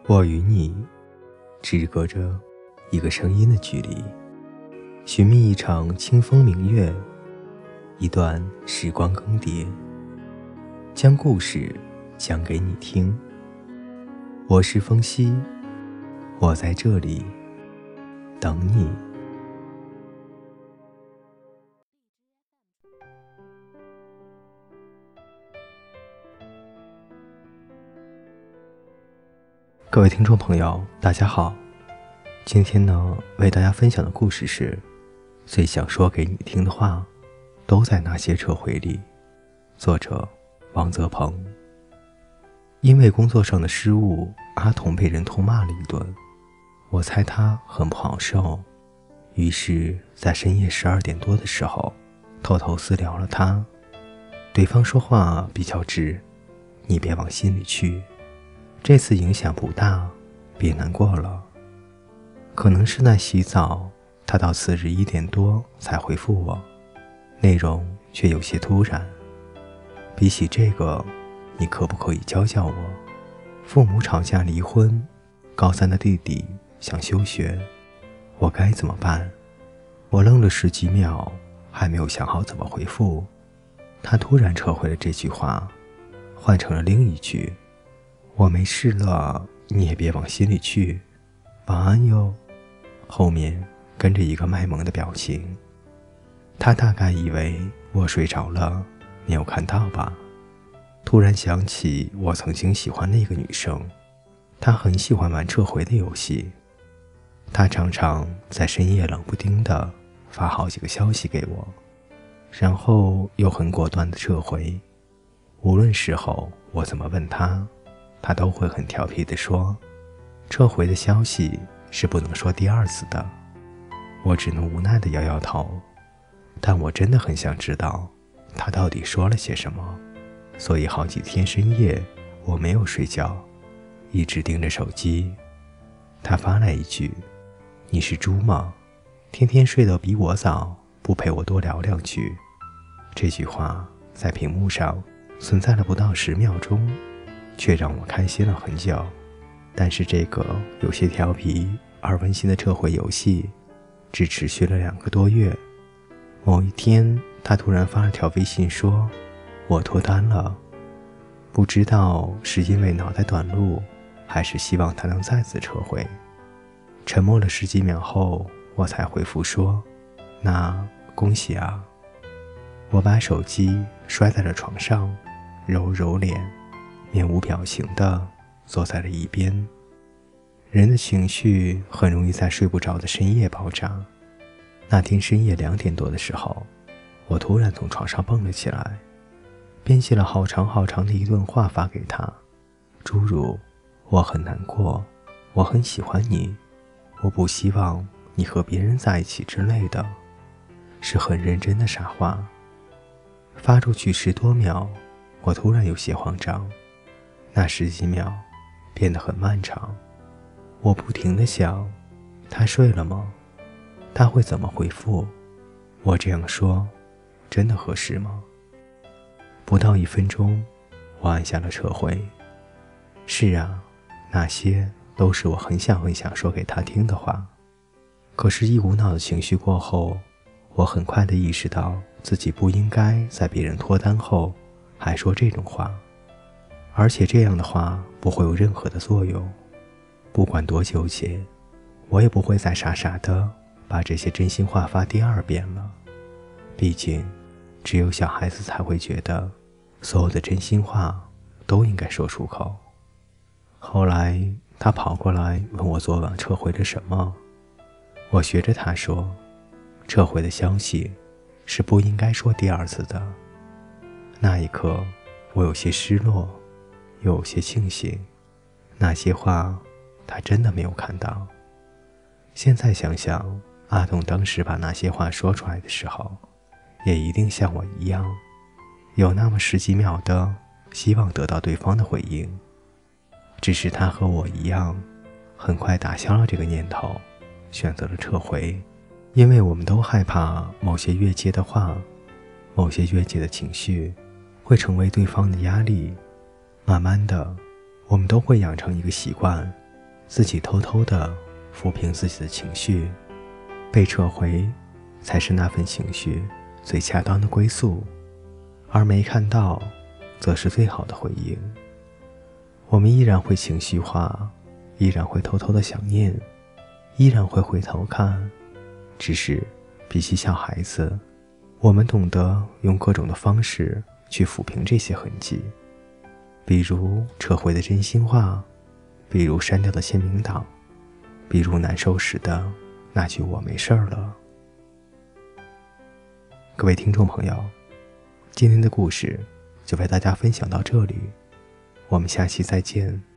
我与你只隔着一个声音的距离，寻觅一场清风明月，一段时光更迭，将故事讲给你听。我是风夕，我在这里等你。各位听众朋友，大家好。今天呢，为大家分享的故事是最想说给你听的话都在那些撤回里。作者王泽鹏。因为工作上的失误，阿童被人痛骂了一顿，我猜他很不好受，于是在深夜12点多的时候偷偷私聊了他。对方说话比较直，你别往心里去，这次影响不大，别难过了。可能是在洗澡，他到次日1点多才回复我，内容却有些突然。比起这个，你可不可以教教我？父母吵架离婚，高3的弟弟想休学，我该怎么办？我愣了10几秒，还没有想好怎么回复。他突然撤回了这句话，换成了另一句，我没事了，你也别往心里去，晚安哟。后面跟着一个卖萌的表情。他大概以为我睡着了，没有看到吧。突然想起我曾经喜欢那个女生，她很喜欢玩撤回的游戏，她常常在深夜冷不丁的发好几个消息给我，然后又很果断的撤回。无论事后我怎么问她，他都会很调皮地说，撤回的消息是不能说第二次的。我只能无奈地摇摇头，但我真的很想知道他到底说了些什么，所以好几天深夜我没有睡觉，一直盯着手机。他发来一句，你是猪吗？天天睡得比我早，不陪我多聊2句。这句话在屏幕上存在了不到10秒钟，却让我开心了很久。但是这个有些调皮而温馨的撤回游戏只持续了2个多月。某一天，他突然发了条微信说，我脱单了。不知道是因为脑袋短路，还是希望他能再次撤回。沉默了10几秒后，我才回复说，那恭喜啊。我把手机摔在了床上，揉揉脸，面无表情地坐在了一边。人的情绪很容易在睡不着的深夜爆炸。那天深夜2点多的时候，我突然从床上蹦了起来，编辑了好长好长的一段话发给他，诸如我很难过，我很喜欢你，我不希望你和别人在一起之类的，是很认真的傻话。发出去10多秒，我突然有些慌张，那10几秒变得很漫长。我不停地想，他睡了吗？他会怎么回复？我这样说真的合适吗？不到1分钟，我按下了撤回。是啊，那些都是我很想说给他听的话。可是一股脑的情绪过后，我很快地意识到自己不应该在别人脱单后还说这种话，而且这样的话不会有任何的作用。不管多纠结，我也不会再傻傻的把这些真心话发第2遍了。毕竟只有小孩子才会觉得所有的真心话都应该说出口。后来他跑过来问我昨晚撤回了什么，我学着他说，撤回的消息是不应该说第2次的。那一刻我有些失落，又有些庆幸，那些话他真的没有看到。现在想想，阿童当时把那些话说出来的时候，也一定像我一样，有那么10几秒的希望得到对方的回应。只是他和我一样，很快打消了这个念头，选择了撤回。因为我们都害怕某些越界的话，某些越界的情绪会成为对方的压力。慢慢的，我们都会养成一个习惯， 自己偷偷地抚平自己的情绪，被撤回才是那份情绪最恰当的归宿，而没看到则是最好的回应。我们依然会情绪化，依然会偷偷的想念，依然会回头看，只是比起小孩子，我们懂得用各种的方式去抚平这些痕迹，比如撤回的真心话，比如删掉的签名档，比如难受时的那句我没事了。各位听众朋友，今天的故事就为大家分享到这里，我们下期再见。